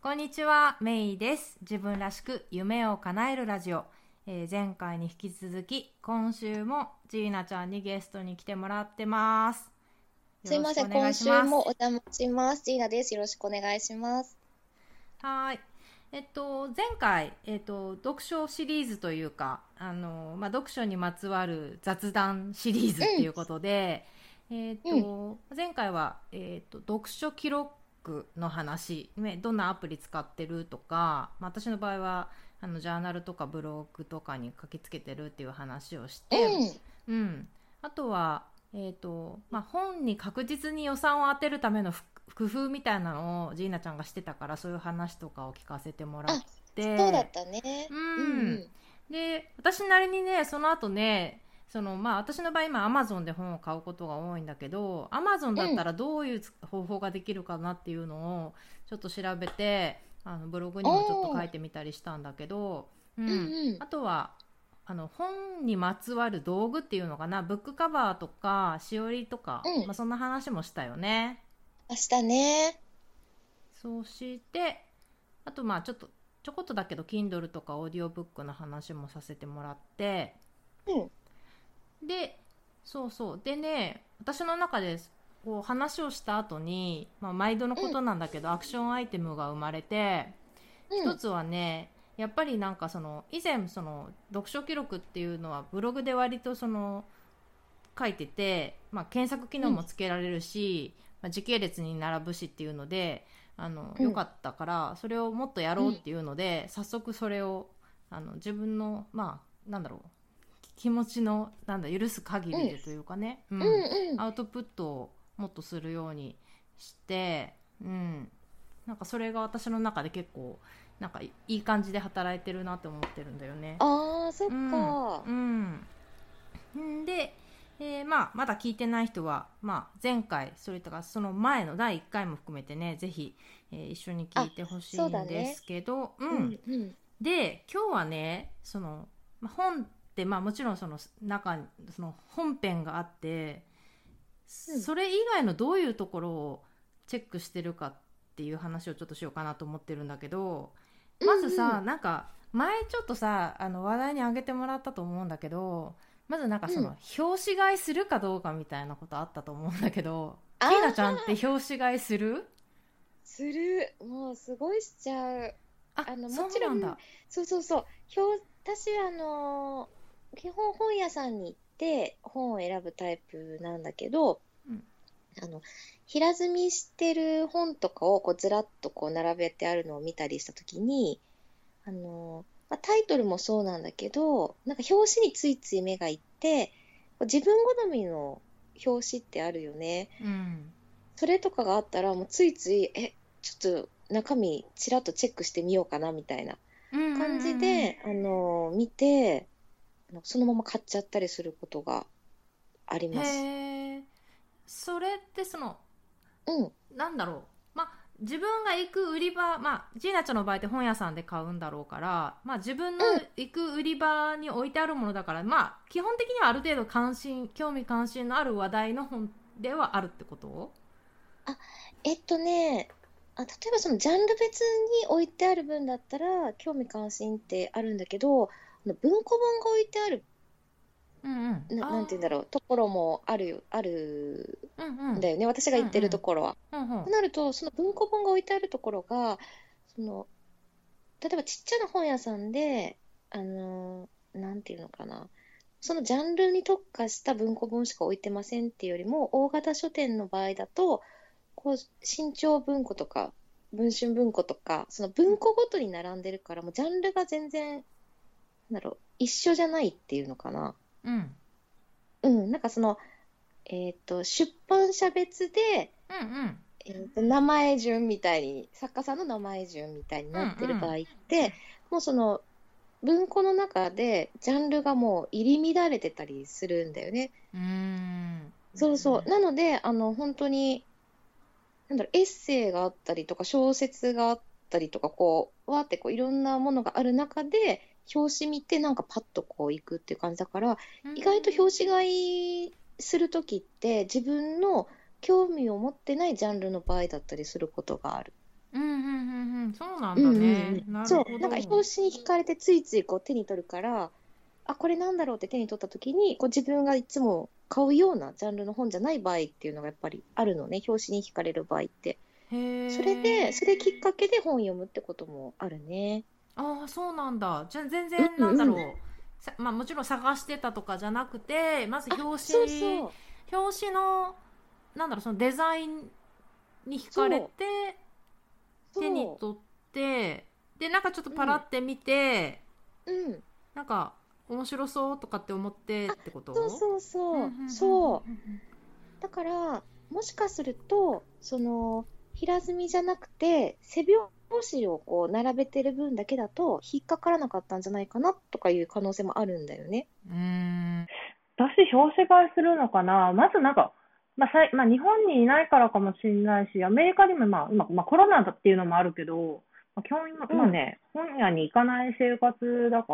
こんにちは、メイです。自分らしく夢を叶えるラジオ、前回に引き続き今週もジーナちゃんにゲストに来てもらってます。 すいません、今週もお邪魔します。ジーナです。よろしくお願いします。 はい。前回、読書シリーズというか、読書にまつわる雑談シリーズっていうことで、前回は、読書記録の話、ね、どんなアプリ使ってるとか、私の場合はジャーナルとかブログとかに書きつけてるっていう話をして、あとは、本に確実に予算を当てるための工夫みたいなのをジーナちゃんがしてたから、そういう話とかを聞かせてもらって、 そうだったね。 で、私なりにね、その後ね、私の場合今 Amazon で本を買うことが多いんだけど、 Amazon だったらどういう方法ができるかなっていうのをちょっと調べて、ブログにもちょっと書いてみたりしたんだけど、あとは本にまつわる道具っていうのかな、ブックカバーとかしおりとか、そんな話もしたよね。 したね。 そうして、あとちょこっとだけど Kindle とかオーディオブックの話もさせてもらって、で、そうでね、私の中でこう話をした後に、毎度のことなんだけど、アクションアイテムが生まれて、一つはね、やっぱり以前読書記録っていうのはブログで割と書いてて、検索機能もつけられるし、時系列に並ぶしっていうのでよかったから、それをもっとやろうっていうので、早速それを自分の気持ちの許す限りでというかね、アウトプットをもっとするようにして、それが私の中で結構いい感じで働いてるなって思ってるんだよね。 そっか。 で、まだ聞いてない人は、前回それとかその前の第1回も含めてね、ぜひ、一緒に聞いてほしいんですけど、で、今日はね、本ってもちろん中に本編があって、それ以外のどういうところをチェックしてるかっていう話をちょっとしようかなと思ってるんだけど、まずさ、前ちょっとさ話題に挙げてもらったと思うんだけど、まず表紙買いするかどうかみたいなことあったと思うんだけど、キーナちゃんって表紙買いする？ する。もうすごいしちゃう。 もちろんだ。 そう私基本本屋さんに行って本を選ぶタイプなんだけど、平積みしてる本とかをずらっと並べてあるのを見たりしたときに、タイトルもそうなんだけど、表紙についつい目がいって、自分好みの表紙ってあるよね。それとかがあったらもうついついちょっと中身ちらっとチェックしてみようかなみたいな感じで、見てそのまま買っちゃったりすることがあります。 それってなんだろう、自分が行く売り場、ジーナちゃんの場合って本屋さんで買うんだろうから、自分の行く売り場に置いてあるものだから、基本的にはある程度興味関心のある話題の本ではあるってこと？ 例えばジャンル別に置いてある分だったら興味関心ってあるんだけど、文庫本が置いてあるなんて言うんだろう、ところもあるんだよね、私が行ってるところは。となると、その文庫本が置いてあるところが、例えばちっちゃな本屋さんで、なんていうのかな、そのジャンルに特化した文庫本しか置いてませんっていうよりも、大型書店の場合だと、新潮文庫とか、文春文庫とか、その文庫ごとに並んでるから、もうジャンルが全然、一緒じゃないっていうのかな。出版社別で、名前順みたいに、作家さんの名前順みたいになってる場合って、もう文庫の中でジャンルがもう入り乱れてたりするんだよね。なので本当にエッセイがあったりとか小説があったりとかわーっていろんなものがある中で表紙見てパッと行くっていう感じだから、意外と表紙買いするときって自分の興味を持ってないジャンルの場合だったりすることがある。 そうなんだね。なるそう、 ほなんかど。 表紙に惹かれてついついこう手に取るから、あ、これなんだろうって手に取った時に、こう自分がいつも買うようなジャンルの本じゃない場合っていうのがやっぱりあるのね、表紙に惹かれる場合って。 へそれきっえ。 かけで本読むってこともあるね。 ああ、そうなんだ。じゃあ全う然なんだんうん。 ろう。まあもちろん探してたとかじゃなくて、まずあ、そうそう、 表紙の、なんだろう、そのデザインに惹かれそう、 て、手にそ取って、で、なんかちょっとう、 パラって見て、 うん。 なんか面白そうとかって思ってあ、 ってこと？ そうそううんうんうそう、そう。 んだから、もしかすると、平積みじゃなくて、背表紙をこう並べてる分だけだと、引っかからなかったんじゃないかなとかいう可能性もあるんだよね。 うん。 私、表紙買いするのかな。まずなんか、まあ、日本にいないからかもしれないし、アメリカにも今、コロナだっていうのもあるけど、基本今、 うん。 本屋に行かない生活だから、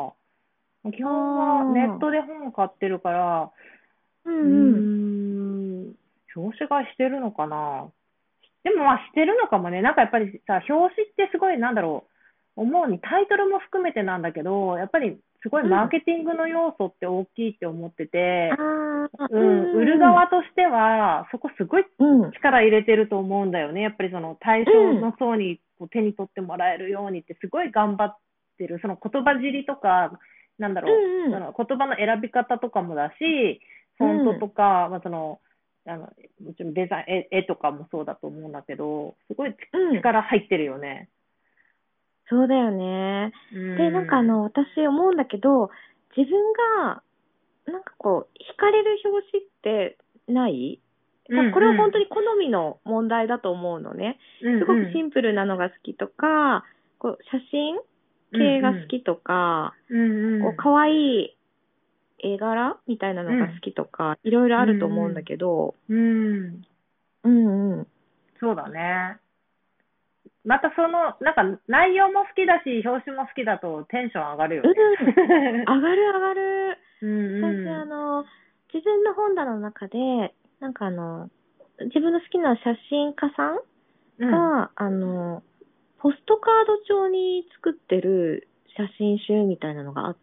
基あ本はネッあ、 トで本を買ってるから、 ううーんうん。 ん、表紙買いしてるのかな。でもまあしてるのかもね。なんかやっぱりさ、表紙ってすごいなんだろう、思うにタイトルも含めてなんだけど、やっぱりすごいうん。 マーケティングの要素って大きいって思ってあて、 あ、ううん、売るんうん。 側としては、そこすごいうん。 力入れてると思うんだよね。やっぱりその対う象ん。 の層にこう手に取ってもらえるようにってすごい頑張ってる。その言葉尻とか、なんだうろう、そんうん。 の言葉の選び方とかもだし、 うフォントん。 とか、もちろんデザイン、絵とかもそうだと思うんだけど、すごいうん。 力入ってるよね。 そうだよね。 うで、なんかん。 私思うんだけど、自分がなんかこう、惹かれる表紙ってないうんこれは本当うん。 に好みの問題だと思うのね。 うんすごくうん。 シンプルなのが好きとか、こう写真うん系が好うん。 きとか、 うんうん。 こう可愛い絵柄みたいなのが好うん。 きとか、いろいろうあると思うんだんけど、 うん。うん。 うんうん。 そうだね。またその、なんか内容も好きだし、表紙も好きだとテンション上がるようん、 ね。 上がる上がる。 うん私、 うん。 自分の本棚の中で、なんか自分の好きな写真家さんうん。 が、ポストカード帳に作ってる写真集みたいなのがあって、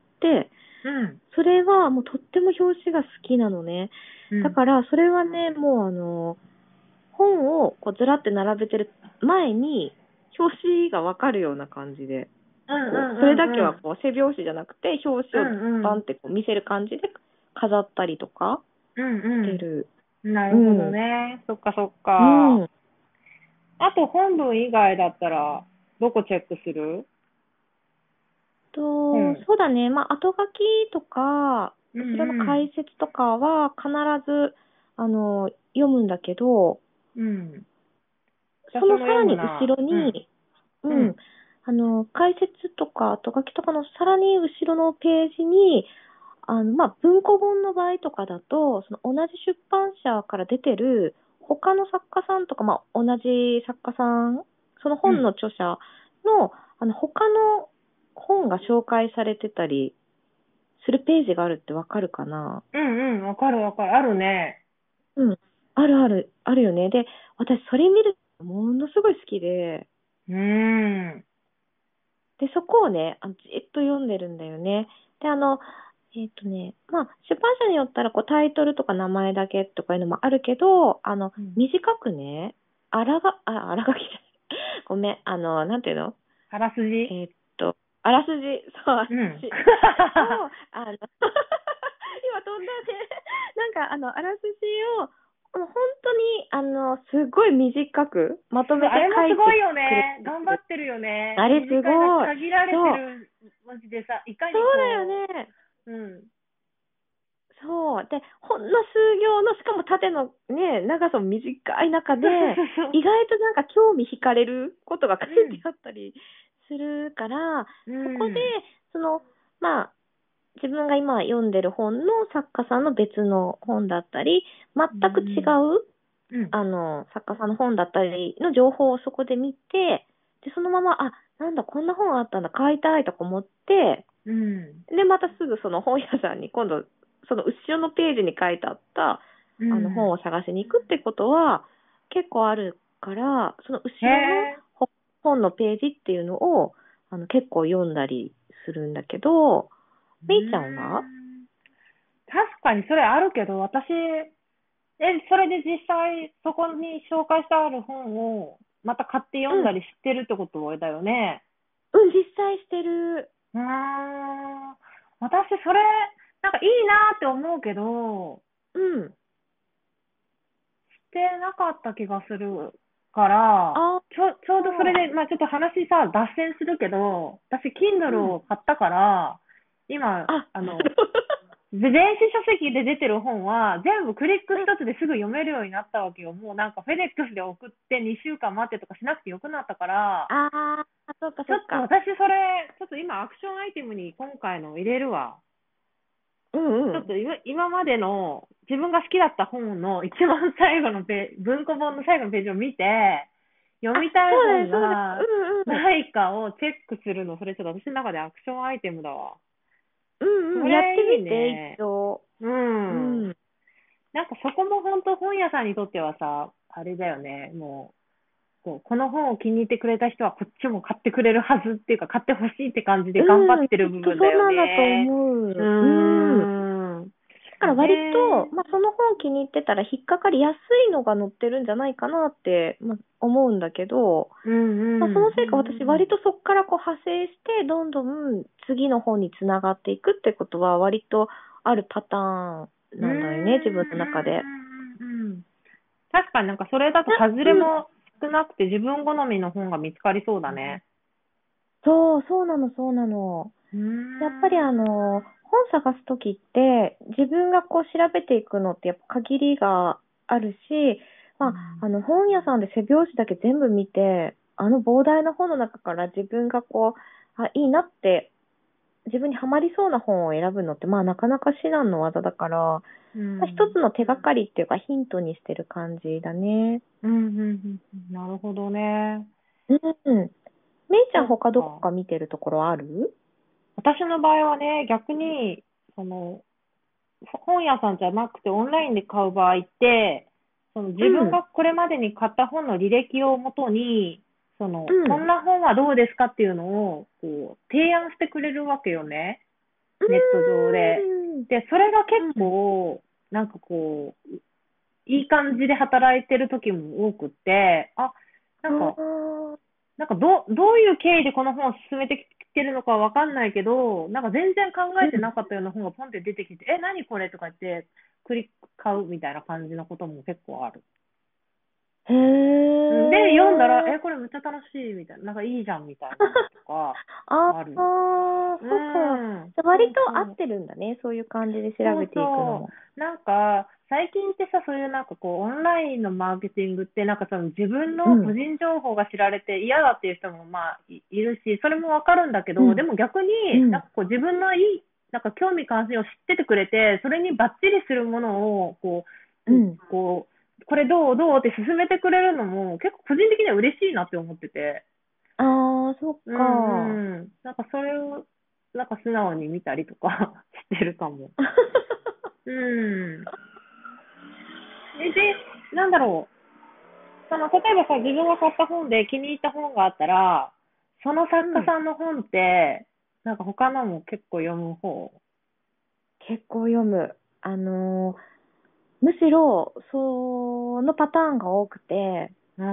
うん。 それはもうとっても表紙が好きなのね。 うん。 だから、それはね、もう本をこうずらって並べてる前に、表紙がわかるような感じで、 うんうこう、それだけんうんうん。 はこう背表紙じゃなくて、表う紙をんうん。 バンってこう見せる感じで飾ったりとかしてうんる。 うん。なるほどうん。 ね。そっかそっうか。 ん。 あと本文以外だったら、どこチェックする？本。 そうだね。まあ、後書きとか、 う後ろのんうん。 解説とかは必ず、読むんだけど、 うん。 そ私も読のさらに後むな。 ろうん。 に、ううん。 ん、解説とか後書きとかのさらに後ろのページに、まあ、文庫本の場合とかだと、その同じ出版社から出てる他の作家さんとか、まあ、同じ作家さん、そのうん。 本の著者の、他の本が紹介されてたりするページがあるってわかるかな？ うんうん。わかるわかる。あるね。 うん。あるある、あるよね。で、私それ見るのものすごい好きで、 うーん。 で、そこをね、じっと読んでるんだよね。で、まあ、出版社によったら、こう、タイトルとか名前だけとかいうのもあるけど、 うん。 短くね、あらがきじゃないごめん、なんていうのあらすじ。 えーっあらすじ、そう、あらうん。 すじを、今飛んだね。なんか、あらすじを、もう本当に、すごい短くまとめあれもて書いてすごいよくれね。頑張てる。 ってるよね。 あれす短いな、 ごい。 限られてそう。 る文字でさ、いかにそうだこよね。 う、うん。 そう。で、ほんの数行の、しかも縦のね、長さも短い中で、 そうそうそう。 意外となんか興味惹かれることが書いてうん。 あったりするから、 うそこで、 ん。 まあ、自分が今読んでる本の作家さんの別の本だったり、全うく違ん。 う、 うん。 作家さんの本だったりの情報をそこで見て、で、そのまま、なんだ、こんな本あったんだ、買いたいとか思って、 うん。 で、またすぐその本屋さんに今度、その後ろのページに書いてあった、 うん。 本を探しに行くってことは結構あるから、その後へろのえ。 本のページっていうのを結構読んだりするんだけど、めいちゃんは？ 確かにそれあるけど、私、それで実際そこに紹介してある本をまた買って読んだりしてるってことだよね。 実際してる。 私それ、なんかいいなって思うけど、してなかった気がするから、ちょうどそれで、まあちょっと話さ、脱線するけど、私、Kindle を買ったから、今、電子書籍で出てる本は、全部クリック一つですぐ読めるようになったわけよ。もうなんか、フェデックスで送って2週間待ってとかしなくてよくなったから、 そうかちょっと私それ、ちょっと今アクションアイテムに今回の入れるわ。ちょっと今までの自分が好きだった本の一番最後の文庫本の最後のページを見て、読みたい本がないかをチェックするの、それちょっと私の中でアクションアイテムだわ。 やってみて、一度。 なんかそこも本当本屋さんにとってはさ、あれだよね、もう、この本を気に入ってくれた人はこっちも買ってくれるはずっていうか、買ってほしいって感じで頑張ってる部分だよね。 そうなんだと思う。だから割と、その本気に入ってたら引っかかりやすいのが載ってるんじゃないかなって、思うんだけど、そのせいか私割とそこから派生してどんどん次の本につながっていくってことは割とあるパターンなんだよね、自分の中で。 確かになんかそれだと外れも少なくて自分好みの本が見つかりそうだね。 そうなの。やっぱり本探すときって、自分が調べていくのってやっぱ限りがあるし、本屋さんで背表紙だけ全部見て、膨大な本の中から自分がいいなって、自分にはまりそうな本を選ぶのって、なかなか至難の技だから、一つの手がかりっていうかヒントにしてる感じだね。 なるほどね。 めいちゃん他どこか見てるところある？ 私の場合はね、逆に、本屋さんじゃなくてオンラインで買う場合って、自分がこれまでに買った本の履歴をもとに、こんな本はどうですかっていうのを、提案してくれるわけよね。ネット上で。で、それが結構、なんかいい感じで働いてる時も多くって、なんかどういう経緯でこの本を進めてきてるのかはわかんないけど、なんか全然考えてなかったような本がポンって出てきて、何これとか言って、クリック買うみたいな感じのことも結構ある。で、読んだら、これめっちゃ楽しいみたいな、なんかいいじゃんみたいなとか、ある。 そうか。割と合ってるんだね、そういう感じで調べていくのも。 なんか、最近ってさ、そういうなんかオンラインのマーケティングって、なんか自分の個人情報が知られて嫌だっていう人もいるし、それもわかるんだけど、でも逆に、なんか自分のなんか興味関心を知っててくれて、それにバッチリするものを、これどうって進めてくれるのも、結構個人的には嬉しいなって思ってて。 そっか。 なんかそれを、なんか素直に見たりとかしてるかも。で、なんだろう。例えばさ、自分が買った本で気に入った本があったら、その作家さんの本って、なんか他のも結構読む方？ 結構読む。むしろ、そのパターンが多くて、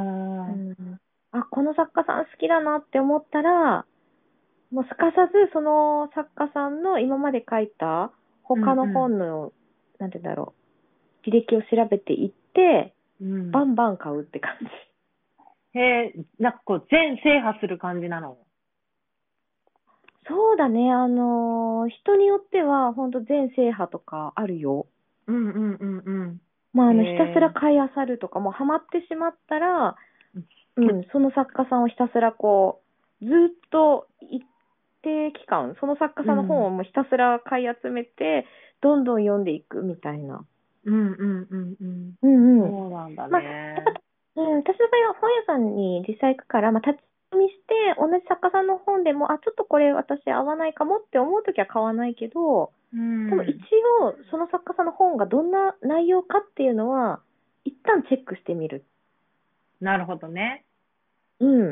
この作家さん好きだなって思ったら、もうすかさずその作家さんの今まで書いた他の本の、なんて言うんだろう、履歴を調べていって、バンバン買うって感じ。 なんか全制覇する感じなの？ そうだね、人によっては本当全制覇とかあるよ。ひたすら買い漁るとか、もうハマってしまったら、その作家さんをひたすらずっと一定期間、その作家さんの本をもうひたすら買い集めて、どんどん読んでいくみたいな。 そうなんだね。 私の場合は本屋さんに実際行くから、立ち読みして、同じ作家さんの本でも、ちょっとこれ私合わないかもって思うときは買わないけど、でも一応、その作家さんの本がどんな内容かっていうのは、一旦チェックしてみる。 なるほどね。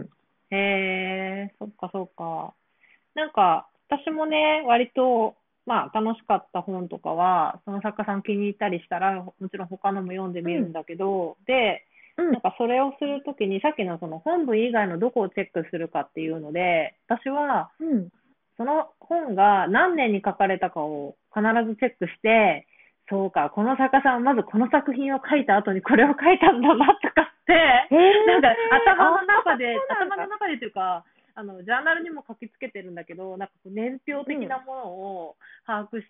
へえ、そっかそっか。なんか、私もね、割と、まあ、楽しかった本とかは、その作家さん気に入ったりしたら、もちろん他のも読んでうん、 みるんだけど、で、 うん、 なんかそれをするときに、さっきのその本文以外のどこをチェックするかっていうので、私は、 うん。 その本が何年に書かれたかを必ずチェックして、そうか、この作家さんはまずこの作品を書いた後にこれを書いたんだなとかって、 へえ、 なんかああ、そうなんだ。 頭の中でというか、ジャーナルにも書きつけてるんだけど、なんかこう年表うん、 的なものを把握して、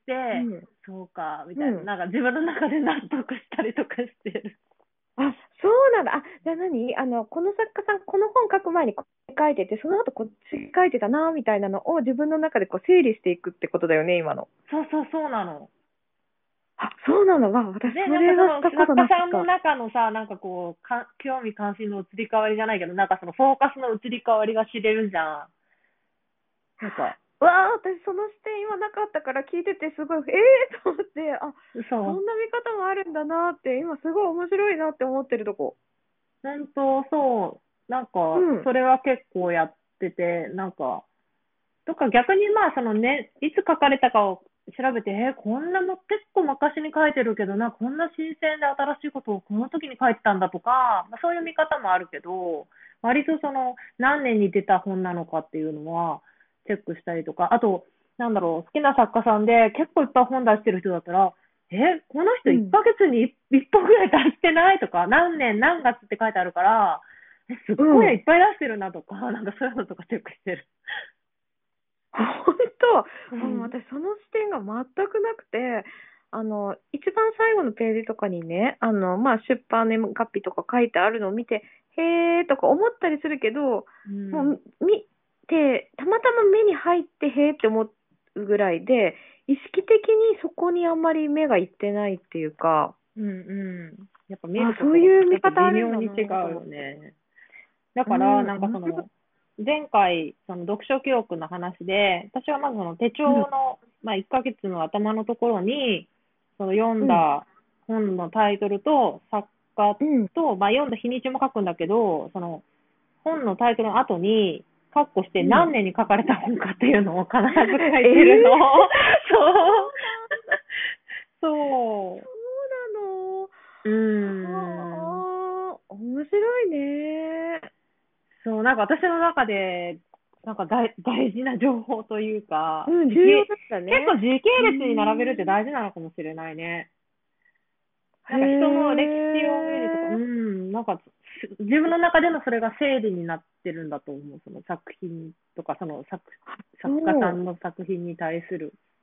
うん、 そうか、みたいな、 うん。 なんか自分の中で納得したりとかしてる。 あ、そうなんだ。あ、じゃあこの作家さん、この本書く前にこっち書いてて、その後こっち書いてたな、みたいなのを自分の中でこう整理していくってことだよね、今の。 そうそうそうなの。 あ、そうなの。わ、私で、 そなんかそのれはしたこと作家なかった。 さんの中のさ、なんかこう、興味関心の移り変わりじゃないけど、なんかそのフォーカスの移り変わりが知れるじゃん。なんか、 わあ、私その視点今なかったから聞いててすごい、と思って、あ、そそう。 んな見方もあるんだなって、今すごい面白いなって思ってるとこ。 本当、そう。なんか、 うん、 それは結構やってて、なんか、とか逆にまあ、そのね、いつ書かれたかを調べて、こんなも結構昔に書いてるけどな、こんな新鮮で新しいことをこの時に書いてたんだとか、まあ、そういう見方もあるけど、割とその、何年に出た本なのかっていうのは、チェックしたりとか、あと、なんだろう、好きな作家さんで結構いっぱい本出してる人だったら、この人1 うん、 ヶ月に1本ぐらい出してないとか、何年何月って書いてあるから、すっうごいいん。 っぱい出してるなとか、なんかそういうのとかチェックしてる。 本当、私その視点が全くなくて、一番最後のページとかにね、出版年月日とか書いてあるのを見て、へーとか思ったりするけど、 うん。 もう見て、たまたま目に入ってへーって思うぐらいで、意識的にそこにあんまり目がいってないっていうか、 うんうん。やっぱ見るあ、 ところってそういう見ちょっと微方あるんだ妙に違うよなと思って。 ね。だから、 うん、 なんかそ面白い。 の、前回、その読書記録の話で、私はまずその手うん、 帳の、まあ1ヶ月の頭のところに、その読うん、 んだ本のタイトルと作家うん。 と、まあ読んだ日にちも書くんだけど、その本のタイトルの後に、カッコしてうん。 何年に書かれた本かっていうのを必ず書いてるの。 えー、 そう。 そうなんだ。 そそうなの。 う。うーん。 はあ、面白いね。 そう、なんか私の中で、なんか大事な情報というか、 うん、重要なんだね。 結構時系うー列に並べるってん。 大事なのかもしれないね。 へなんか人の歴史を見るとか、 え。 なんか自分の中でのそれが整理になってるんだと思う。その作品とか、その作家さそんの作品に対する。うん。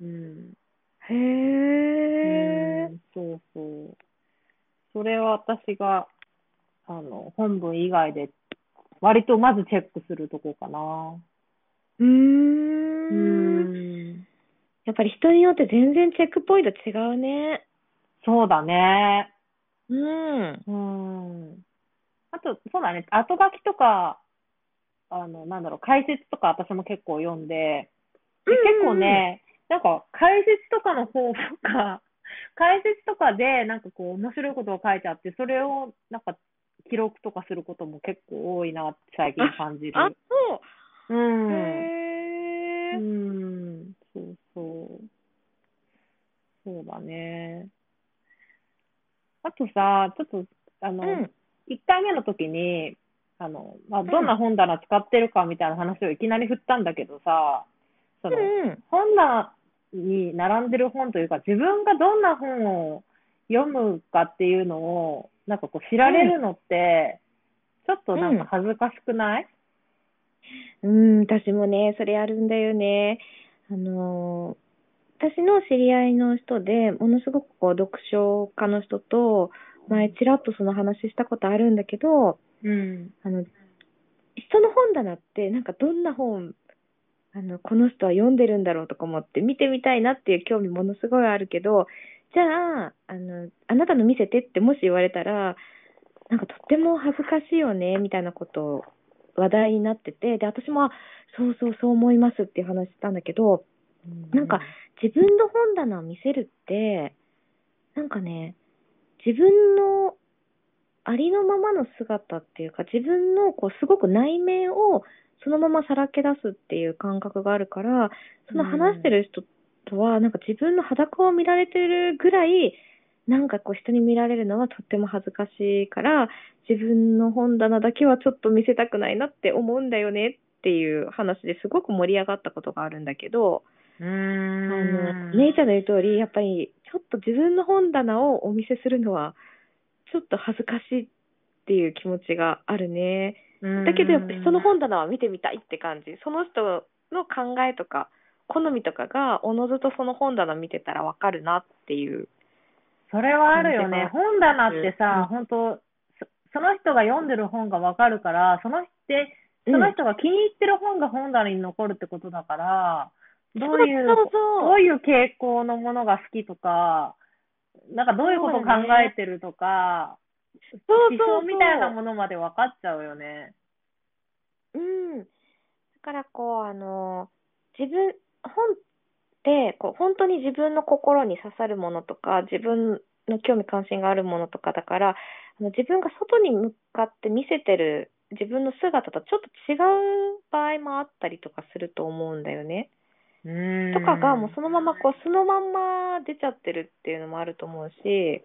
う。へえ。 そうそう。それは私が、本文以外で割とまずチェックするとこかな。 うーうーん。 ん。 やっぱり人によって全然チェックポイント違うね。 そうだね。 うん。うんうーん。あと、そうだね。後書きとか、なんだろう、解説とか私も結構読んで、 うで、結構んうん。 ね、なんか解説とかの方が、解説とかでなんかこう面白いことが書いてあって、それをなんか記録とかすることも結構多いなって最近あ、 感じる。 そうう。 ん。 へえ。 そうそう。そうだね。あとさ、ちょっと、あの、 うん。 1回目の時に、まあ、 うん。 どんな本棚使ってるかみたいな話をいきなり振ったんだけどさ、その、 うんうん。 本棚に並んでる本というか、自分がどんな本を読むかっていうのを、なんかこう知られるのって、ちょっとなんかうん。 恥ずかしくない？ うん、私もね、それあるんだよね。私の知り合いの人で、ものすごくこう読書家の人と、前ちらっとその話したことあるんだけど、 うん。 あの、人の本棚って、なんかどんな本、この人は読んでるんだろうとか思って見てみたいなっていう興味ものすごいあるけど、じゃあ、あなたの見せてってもし言われたら、なんかとっても恥ずかしいよね、みたいなことを話題になってて、で、私も、そうそうそう思いますっていう話したんだけど、 うなんかん。 自分の本棚を見せるって、なんかね、自分のありのままの姿っていうか、自分のこうすごく内面をそのままさらけ出すっていう感覚があるから、その話してる人とは、なんか自分の裸を見られてるぐらい、なんかこう人に見られるのはとっても恥ずかしいから、自分の本棚だけはちょっと見せたくないなって思うんだよねっていう話ですごく盛り上がったことがあるんだけど、姉ちゃんの言う通り、やっぱりちょっと自分の本棚をお見せするのはちょっと恥ずかしいっていう気持ちがあるね。だけどやっぱりその本棚は見てみたいって感じ。その人の考えとか好みとかがおのずとその本棚見てたらわかるなっていう。 それはあるよね。本棚ってさ、本当その人が読んでる本がわかるから、その人が気に入ってる本が本棚に残るってことだから、どういう傾向のものが好きとか、なんかどういうことを考えてるとか、思想みたいなものまで分かっちゃうよね。 だから本って本当に自分の心に刺さるものとか、自分の興味関心があるものとかだから、自分が外に向かって見せてる自分の姿とちょっと違う場合もあったりとかすると思うんだよね。とかがもうそのまま素のまんま出ちゃってるっていうのもあると思うし、で、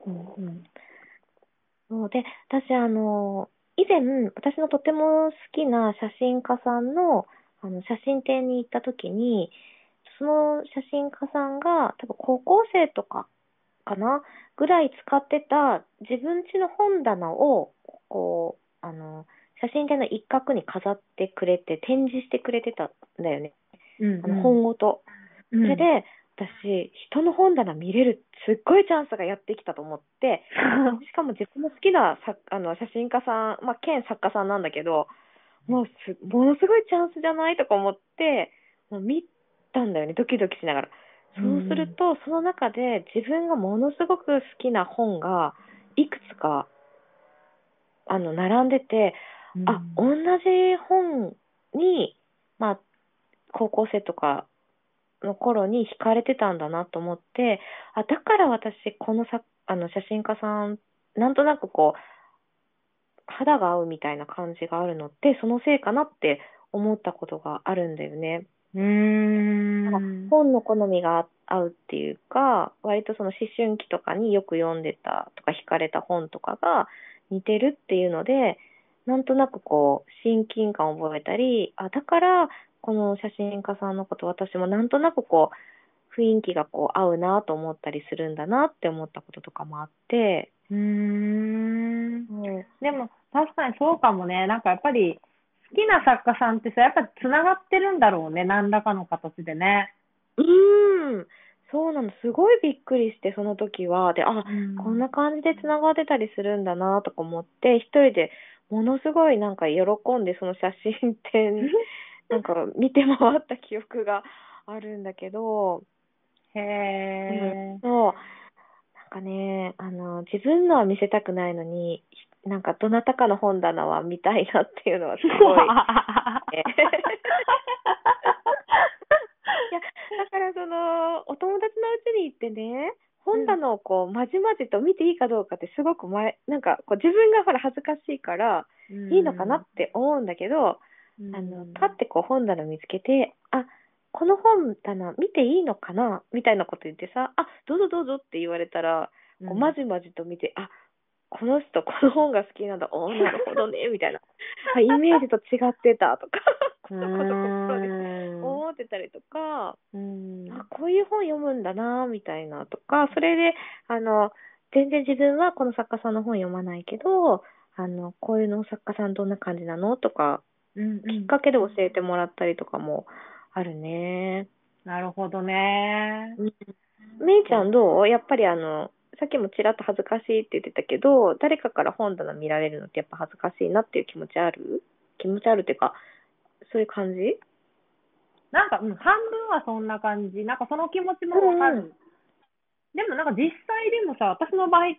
私以前私のとても好きな写真家さんの写真展に行った時に、その写真家さんが多分高校生とかかなぐらい使ってた自分家の本棚を写真展の一角に飾ってくれて展示してくれてたんだよね。本ごと。それで私人の本棚見れるすっごいチャンスがやってきたと思って、しかも自分の好きな写真家さん、兼作家さんなんだけど、ものすごいチャンスじゃないとか思ってもう見たんだよね、ドキドキしながら。そうすると、その中で自分がものすごく好きな本がいくつか並んでて、同じ本に高校生とかの頃に惹かれてたんだなと思って、だから私この写真家さんなんとなく肌が合うみたいな感じがあるのってそのせいかなって思ったことがあるんだよね。本の好みが合うっていうか、割とその思春期とかによく読んでたとか惹かれた本とかが似てるっていうので、なんとなく親近感を覚えたり、だからこの写真家さんのこと私もなんとなく雰囲気が合うなと思ったりするんだなって思ったこととかもあって。 でも確かにそうかもね。なんかやっぱり好きな作家さんってさ、やっぱつながってるんだろうね、何らかの形でね。 そうなの、すごいびっくりしてその時は。で、こんな感じでつながってたりするんだなとか思って、一人でものすごいなんか喜んでその写真展なんか見て回った記憶があるんだけど、そうなんかね、自分のは見せたくないのに、なんかどなたかの本棚は見たいなっていうのはすごい、いやだからお友達の家に行ってね、本棚をまじまじと見ていいかどうかってすごくなんか自分がほら恥ずかしいからいいのかなって思うんだけど、パッて本棚見つけて、この本棚見ていいのかなみたいなこと言ってさ、どうぞどうぞって言われたら、まじまじと見て、この人この本が好きなんだ、なるほどねみたいな、イメージと違ってたとか思ってたりとか、こういう本読むんだなみたいなとか、それで全然自分はこの作家さんの本読まないけど、こういうの作家さんどんな感じなのとか、きっかけで教えてもらったりとかもあるね。 なるほどね。 めいちゃんどう？やっぱりさっきもちらっと恥ずかしいって言ってたけど、誰かから本棚見られるのってやっぱ恥ずかしいなっていう気持ちある？気持ちあるっていうか、そういう感じ？ なんか、半分はそんな感じ。なんかその気持ちもわかる。でもなんか実際でもさ、私の場合って、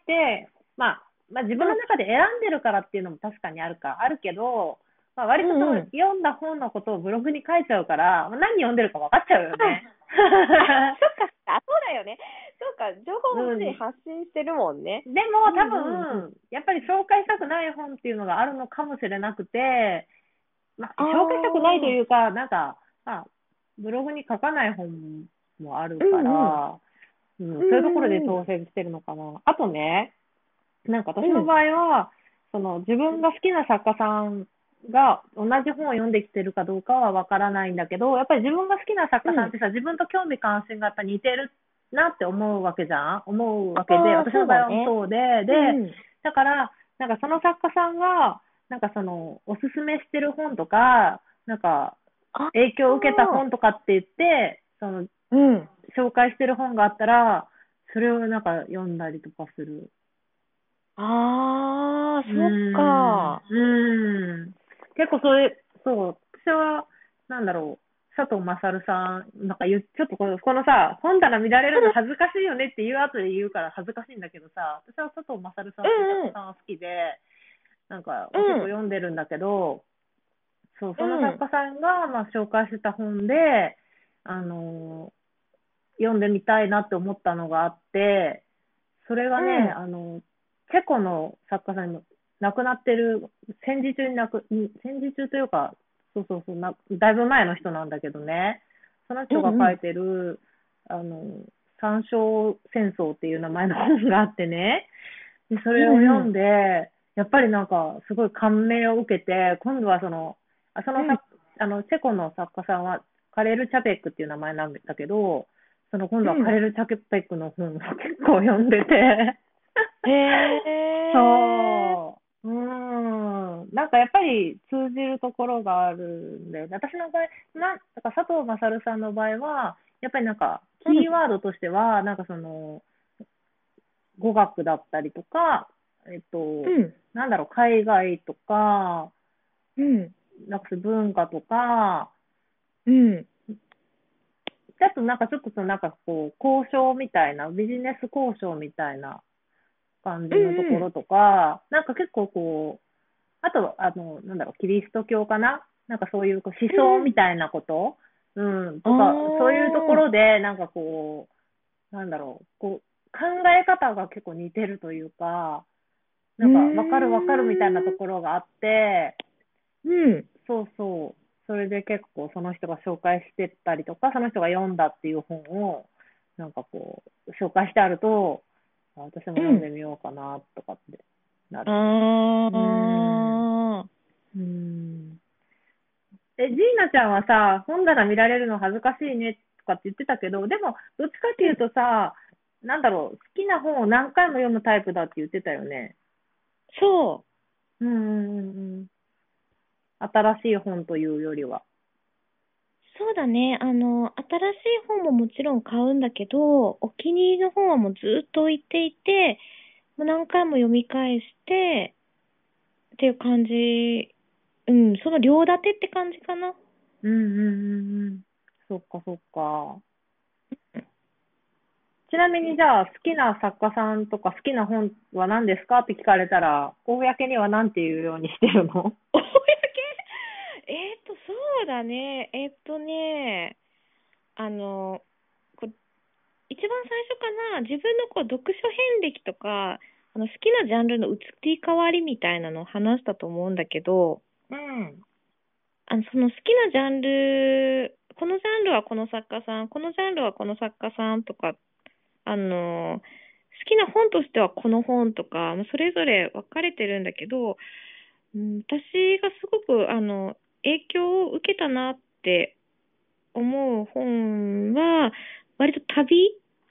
自分の中で選んでるからっていうのも確かにあるけど、割と読んだ本のことをブログに書いちゃうから、何読んでるか分かっちゃうよね。 そうだよね。そうか、情報を常に発信してるもんね。 でも多分、やっぱり紹介したくない本っていうのがあるのかもしれなくて、 まあ、紹介したくないというか、なんか、まあ、ブログに書かない本もあるから、そういうところで当選してるのかな。あとね、なんか私の場合は、その自分が好きな作家さんが同じ本を読んできてるかどうかはわからないんだけど、やっぱり自分が好きな作家さんってさ、自分と興味関心がやっぱ似てるなって思うわけじゃん思うわけで、私の場合はそうで、だから、なんかその作家さんが、なんかその、おすすめしてる本とか、なんか、影響を受けた本とかって言って、その、紹介してる本があったら、それをなんか読んだりとかする。 ああ、そっか。 結構それ、そう、私は、なんだろう、佐藤勝さん、なんかちょっとこのさ、本棚見られるの恥ずかしいよねって言う後で言うから恥ずかしいんだけどさ、私は佐藤勝さんっていう作家さんは好きで、なんか結構読んでるんだけど、そう、その作家さんが、まあ、紹介してた本で、読んでみたいなって思ったのがあって、それがね、チェコの作家さんの亡くなってる、戦時中というか、だいぶ前の人なんだけどね、その人が書いてる、三章戦争っていう名前の本があってね、でそれを読んで、やっぱりなんかすごい感銘を受けて、今度はチェコの作家さんはカレル・チャペックっていう名前なんだけど、今度はカレル・チャペックの本を結構読んでて、そう。なんかやっぱり通じるところがあるんだよね。私の場合、だから佐藤勝さんの場合は、やっぱりなんか、キーワードとしては、なんかその、語学だったりとか、なんだろう、海外とか、なんか文化とか、あとなんかちょっとなんかこう、交渉みたいな、ビジネス交渉みたいな感じのところとか、なんか結構こう、あと、なんだろう、キリスト教かななんかそういうこう思想みたいなこと、とか、そういうところで、なんかこう、なんだろう、こう、考え方が結構似てるというか、なんか、わかるみたいなところがあって、そうそう。それで結構その人が紹介してったりとか、その人が読んだっていう本を、なんかこう、紹介してあると、私も読んでみようかな、とかってなる。ジーナちゃんはさ、本棚見られるの恥ずかしいねとかって言ってたけど、でも、どっちかっていうとさ、なんだろう、好きな本を何回も読むタイプだって言ってたよね。 そう。 新しい本というよりは。 そうだね。新しい本ももちろん買うんだけど、お気に入りの本はもうずっと置いていて、もう何回も読み返して、っていう感じ。その両立てって感じかな。 そっかそっか。ちなみにじゃあ好きな作家さんとか好きな本は何ですかって聞かれたら、公には何て言うようにしてるの？ 公そうだね。一番最初かな、自分の読書遍歴とか、好きなジャンルの移り変わりみたいなのを話したと思うんだけど、その好きなジャンル、このジャンルはこの作家さん、このジャンルはこの作家さんとか、好きな本としてはこの本とか、それぞれ分かれてるんだけど、私がすごく影響を受けたなって思う本は、割と旅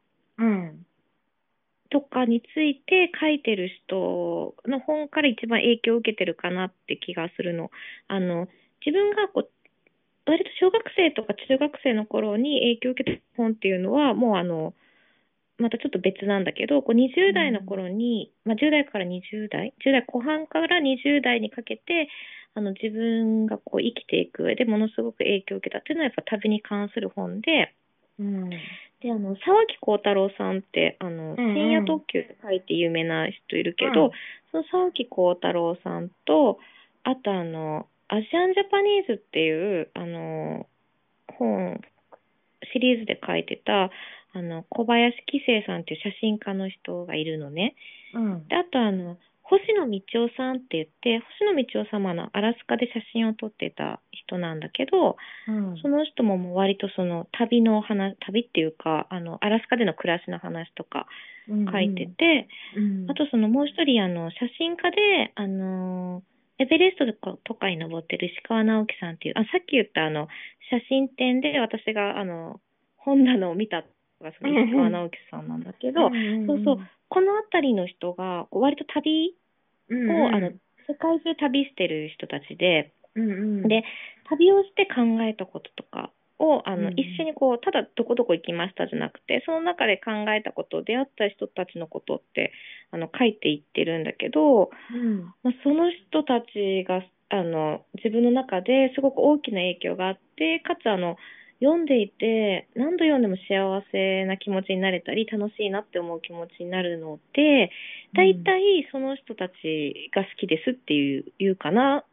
とかについて書いてる人の本から一番影響を受けてるかなって気がするの。自分が割と小学生とか中学生の頃に影響を受けた本っていうのは、もうまたちょっと別なんだけど、20代の頃に、10代から20代、10代後半から20代にかけて、自分が生きていく上でものすごく影響を受けたっていうのはやっぱ旅に関する本で、で、沢木耕太郎さんって、深夜特急って書いて有名な人いるけど、その沢木耕太郎さんと、あとアジアンジャパニーズっていう、本、シリーズで書いてた、小林紀生さんっていう写真家の人がいるのね。で、あと、星星野道夫さんって言って、星野道夫様のアラスカで写真を撮ってた人なんだけど、その人ももう割とその旅の話、旅っていうか、アラスカでの暮らしの話とか書いてて、あとそのもう一人、写真家で、エベレストとかに登ってる石川直樹さんっていう、さっき言った写真展で私が本棚を見たのがその石川直樹さんなんだけど、そうそう、この辺りの人が割と旅を、世界中旅してる人たちで、で、旅をして考えたこととかを、一緒にこう、ただどこどこ行きましたじゃなくて、その中で考えたこと、出会った人たちのことって、書いていってるんだけど、その人たちが、自分の中ですごく大きな影響があって、かつ読んでいて、何度読んでも幸せな気持ちになれたり、楽しいなって思う気持ちになるので、大体その人たちが好きですっていうかな。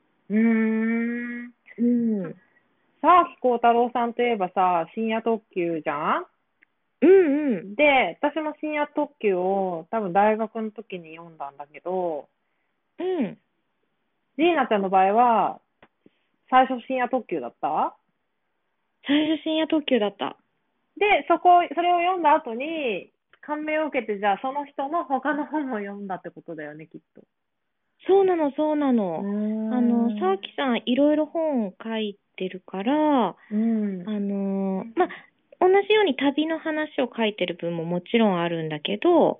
沢木耕太郎さんといえばさ、深夜特急じゃん。で、私も深夜特急を多分大学の時に読んだんだけど、ジーナちゃんの場合は、最初深夜特急だった？ 最初深夜特急だった。 で、それを読んだ後に、感銘を受けて、じゃあその人の他の本を読んだってことだよね、きっと。 そうなの。沢木さんいろいろ本を書いてるから、同じように旅の話を書いてる分ももちろんあるんだけど、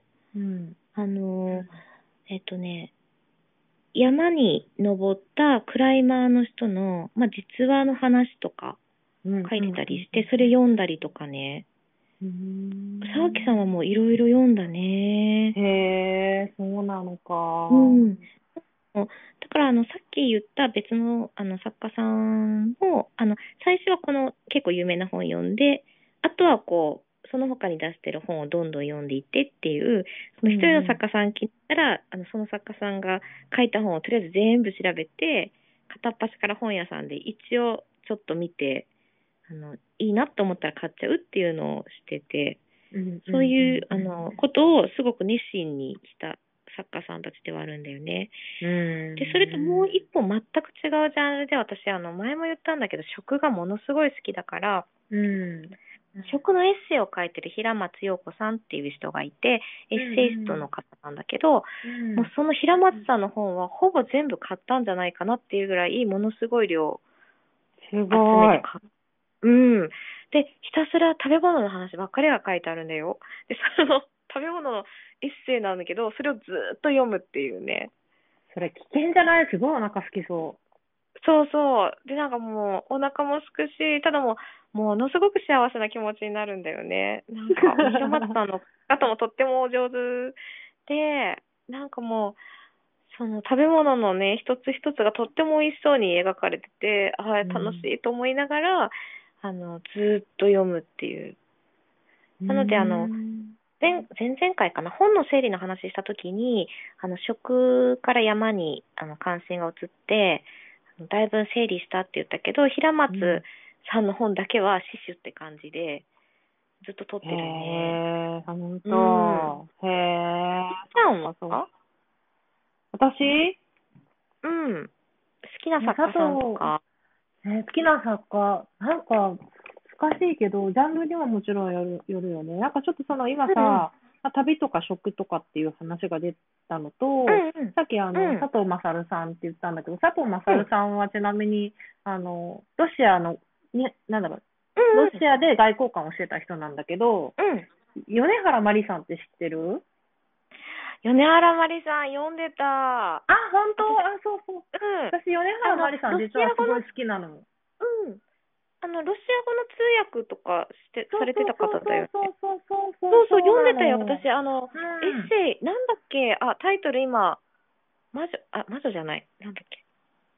山に登ったクライマーの人の、実話の話とか書いてたりして、それ読んだりとかね。沢木さんはもういろいろ読んだね。 へえ、そうなのか。 だからさっき言った別の作家さんも最初はこの結構有名な本読んで、あとはこうその他に出してる本をどんどん読んでいってっていう、その一人の作家さん聞いたら、その作家さんが書いた本をとりあえず全部調べて、片っ端から本屋さんで一応ちょっと見て、いいなと思ったら買っちゃうっていうのをしてて、そういうことをすごく熱心にした作家さんたちではあるんだよね。で、それともう一本全く違うジャンルで、私前も言ったんだけど、食がものすごい好きだから、食のエッセイを書いてる平松陽子さんっていう人がいて、エッセイストの方なんだけど、もうその平松さんの本はほぼ全部買ったんじゃないかなっていうぐらい、ものすごい量集めて買った。で、ひたすら食べ物の話ばっかりが書いてあるんだよ。で、その食べ物のエッセイなんだけど、それをずっと読むっていうね。 それ危険じゃない？すごいお腹空きそう。 そうそう。で、なんかもうお腹も空くし、ただものすごく幸せな気持ちになるんだよね。なんか、平松さんの方もとってもお上手で、なんかもう、その食べ物のね、一つ一つがとっても美味しそうに描かれてて、楽しいと思いながら、ずっと読むっていう。なので、前々回かな、本の整理の話したときに、食から山に関心が移って、だいぶ整理したって言ったけど、平松さんの本だけは死守って感じで、ずっと撮ってるね。 本当。へえ。 ちゃんはさ、 私？ 好きな作家さんとか。 好きな作家、なんか難しいけど、ジャンルにはもちろんよるよね。なんかちょっと今さ、旅とか食とかっていう話が出たのと、さっき佐藤勝さんって言ったんだけど、佐藤勝さんはちなみに、ロシアの、なんだろう、ロシアで外交官をしてた人なんだけど、米原マリさんって知ってる？ 米原マリさん読んでた。 本当？そうそう。私、米原マリさん実はすごい好きなの。 ロシア語の通訳とかされてた方だよね。そう、読んでたよ。私、エッセイ、なんだっけ、タイトル今、魔女じゃない。なんだっけ。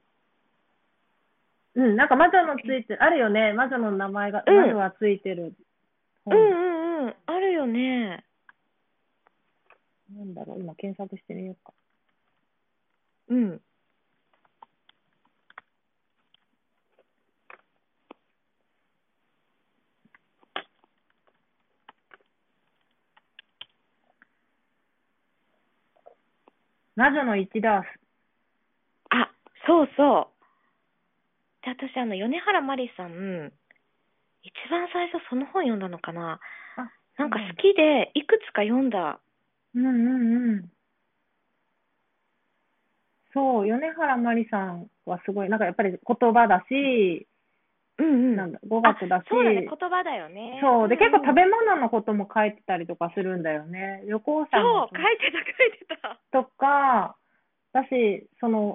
なんか魔女のついてる、あるよね。魔女の名前が、魔女がついてる。 あるよね。 なんだろう、今検索してみようか。 魔女の一ダース。 あ、そうそう。で、私、米原まりさん、一番最初その本読んだのかな。 あ、 なんか好きで、いくつか読んだ。 うんうんうん。そう、米原まりさんはすごい、なんかやっぱり言葉だし、 うんうん。 なんだ、語学だし、 そうだね、言葉だよね。 そう、で、結構食べべ物のことも書いてたりとかするんだよね。旅行者のそう、書いてた、書いてた。 とか、だし、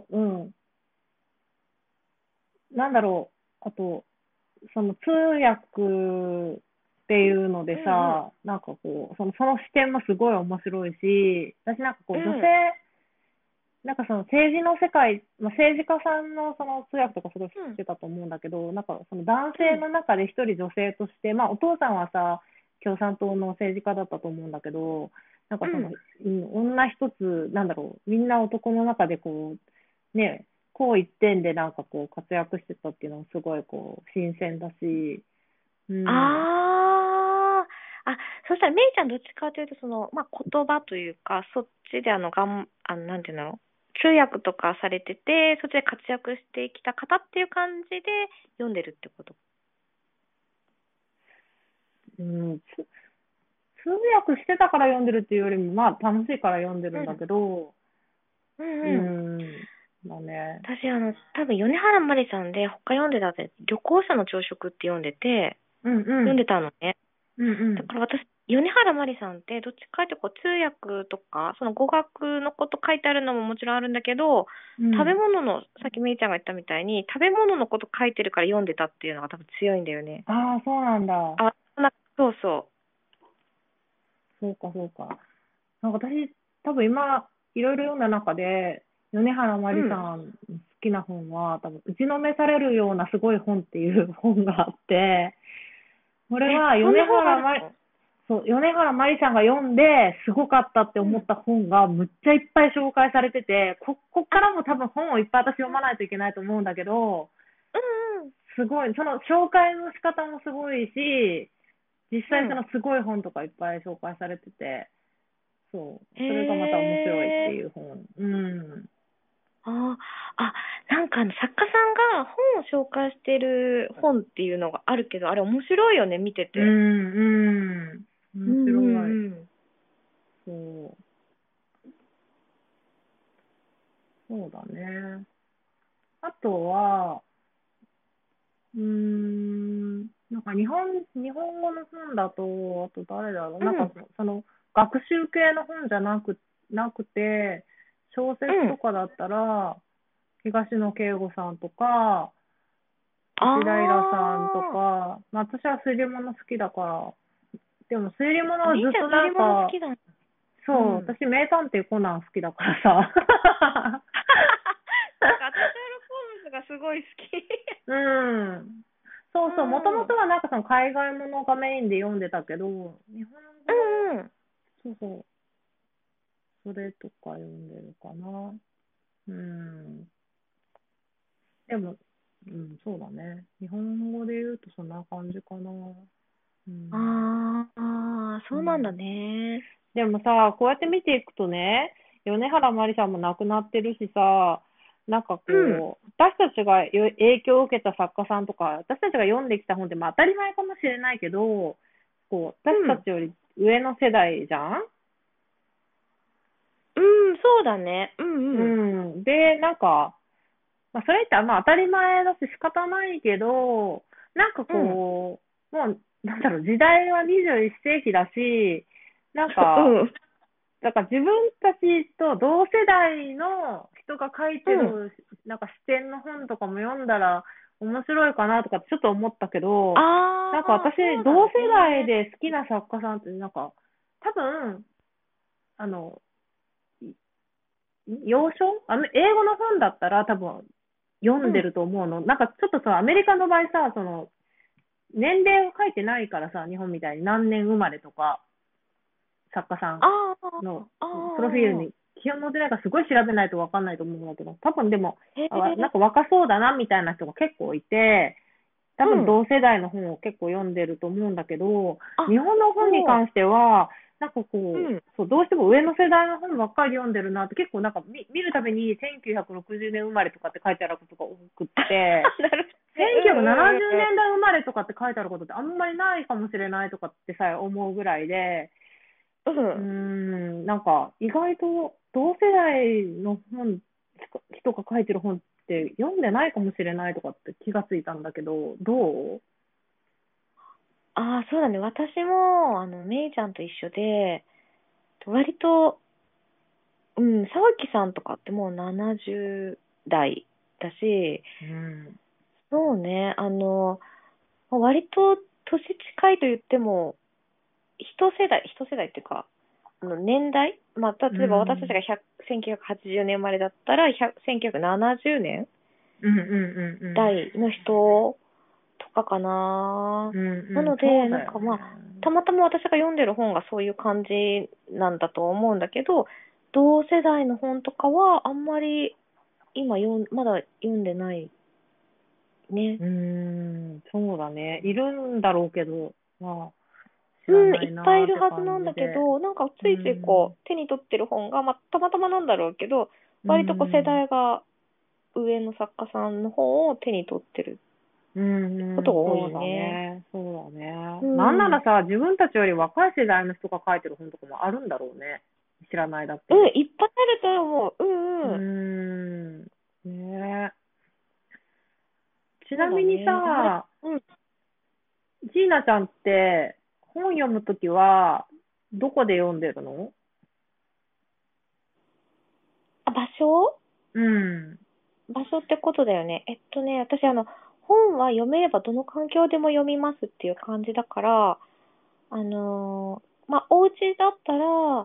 なんだろう、あと、その通訳っていうのでさ、なんかこう、その視点もすごい面白いし、私なんかこう、女性、なんかその政治の世界、まあ、政治家さんのその通訳とかすごい知ってたと思うんだけど、なんかその男性の中で一人女性として、まあお父さんはさ、共産党の政治家だったと思うんだけど、なんか女一つ、なんだろう、みんな男の中でこう、ね、こう一点でなんかこう活躍してたっていうのはすごいこう、新鮮だし、うん。 そしたら、めいちゃんどっちかというと、まあ、言葉というか、そっちでなんていうの、通訳とかされてて、そっちで活躍してきた方っていう感じで読んでるってこと？ うん、通訳してたから読んでるっていうよりも、まあ楽しいから読んでるんだけど、だね。 私、多分、米原まりさんで、他読んでたって、旅行者の朝食って読んでて、読んでたのね。だから私、米原まりさんって、どっちかっていうと通訳とか、その語学のこと書いてあるのももちろんあるんだけど、食べ物の、さっきめいちゃんが言ったみたいに、食べ物のこと書いてるから読んでたっていうのが多分強いんだよね。 ああ、そうなんだ。 そうそう。 そうか、そうか。なんか私、多分今、いろいろ読んだ中で、米原まりさん好きな本は、多分、打ちのめされるようなすごい本っていう本があって、これは米原まりさんが読んで、すごかったって思った本がむっちゃいっぱい紹介されてて、こっからも多分本をいっぱい私読まないといけないと思うんだけど、すごい、その紹介の仕方もすごいし、実際そのすごい本とかいっぱい紹介されてて、そう、それがまた面白いっていう本。 なんか作家さんが本を紹介してる本っていうのがあるけど、あれ面白いよね、見てて。 面白い。そう。そうだね。あとは、なんか日本語の本だと、あと誰だろう、なんか学習系の本じゃなくて、小説とかだったら、東野圭吾さんとか、石平さんとか、まあ、私は推理物好きだから、でも推理物はずっとなんか、そう、私名探偵コナン好きだからさ。 なんか私、シャーロック・ホームズがすごい好き。 そうそう、もともとはなんかその海外ものがメインで読んでたけど、日本語、そうそう、それとか読んでるかな。でも、そうだね。日本語で言うとそんな感じかな。 そうなんだね。 でもさ、こうやって見ていくとね、米原まりさんも亡くなってるしさ、なんかこう、私たちが影響を受けた作家さんとか、私たちが読んできた本ってまあ当たり前かもしれないけど、こう、私たちより上の世代じゃん。 そうだね。 で、なんか、まあ、それってまあ当たり前だし仕方ないけど、なんかこう、もう、なんだろう、時代は21世紀だし、なんか、だから自分たちと同世代の人が書いてる、なんか視点の本とかも読んだら面白いかなとかちょっと思ったけど、なんか私、同世代で好きな作家さんって、なんか、多分、洋書英語の本だったら多分読んでると思うの。なんかちょっとさ、アメリカの場合さ、年齢を書いてないからさ、日本みたいに何年生まれとか、作家さんのプロフィールに基本載ってないからすごい調べないと分かんないと思うんだけど、多分でも、なんか若そうだなみたいな人が結構いて、多分同世代の本を結構読んでると思うんだけど、日本の本に関しては、 なんかこう、 うん。 そう、どうしても上の世代の本ばっかり読んでるなって、結構なんか見るたびに1960年生まれとかって書いてあることが多くって、 なる 1970 ほどね。 年代生まれとかって書いてあることってあんまりないかもしれないとかってさえ思うぐらいで、 うんうん。 なんか意外と同世代の人が書いてる本って読んでないかもしれないとかって気がついたんだけど、どう？ ああ、そうだね。私も、めいちゃんと一緒で、割と、沢木さんとかってもう70代だし、 うん。 そうね、割と年近いと言っても、一世代っていうか、年代、まあ、 う例えば私たちん。 が1980年生まれだったら、1970年うんうんうん代の人とかかな。 うん。うんうん、 なので、なそうだよね。 んかまあ、たまたま私が読んでる本がそういう感じなんだと思うんだけど、同世代の本とかはあんまりまだ読んでないね。 そうだね。いるんだろうけど、まあ、知うらん、いっぱいいないなーってるはずなん感じで。 だけど、なんかうついついこん。 う、手に取ってる本が、まあ、たまたまなんだろうけど、 う割とこう世ん。 代が上の作家さんの本を手に取ってることが多いそうだね。 ね。そうだね。なんなうん。うん、 らさ、自分たちより若い世代の人が書いてる本とかもあるんだろうね。知らないだけで。 いっぱいあると思う。うんうん。 ねえ。ちそうなみにだね。 さ、 うん。 ジーナちゃんって本読むときはどこで読んでるの？ あ、 うん。 場所ってことだよね。私本は読めればどの環境でも読みますっていう感じだから、まあ、お家だったら、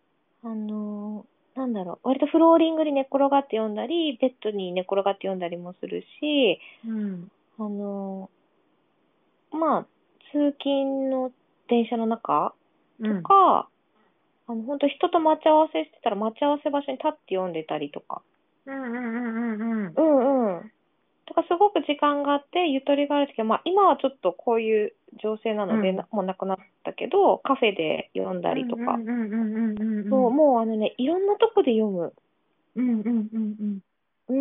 なんだろう、割とフローリングに寝っ転がって読んだり、ベッドに寝転がって読んだりもするし、 うん。 あのまあ、通勤の電車の中とうん。 か、本当人と待ち合わせしてたら待ち合わせ場所に立って読んでたりとか。 うんうんうんうんうん。 うんうん。とかすごく時間があってゆとりがあるときは、まあ今はちょっとこういう情勢なのでうんもうなくなったけど、カフェで読んだうんりとか。 うんうんうんうんうそう、 ん。 もういろんなとこで読む。 うんうんうんうん。 うん。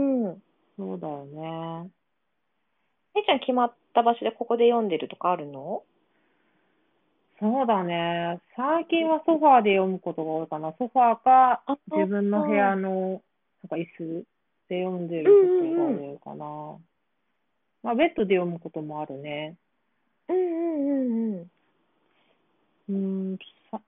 そうだよね。 えいちゃん決まった場所でここで読んでるとかあるの？ そうだね。最近はソファーで読むことが多いかな。ソファーかあ自あ、 分の部屋うんのなんか椅子で読んでうることがんうん。 多いかな。まあベッドで読むこともあるね。 うんうんうんうん。 うーん、さ、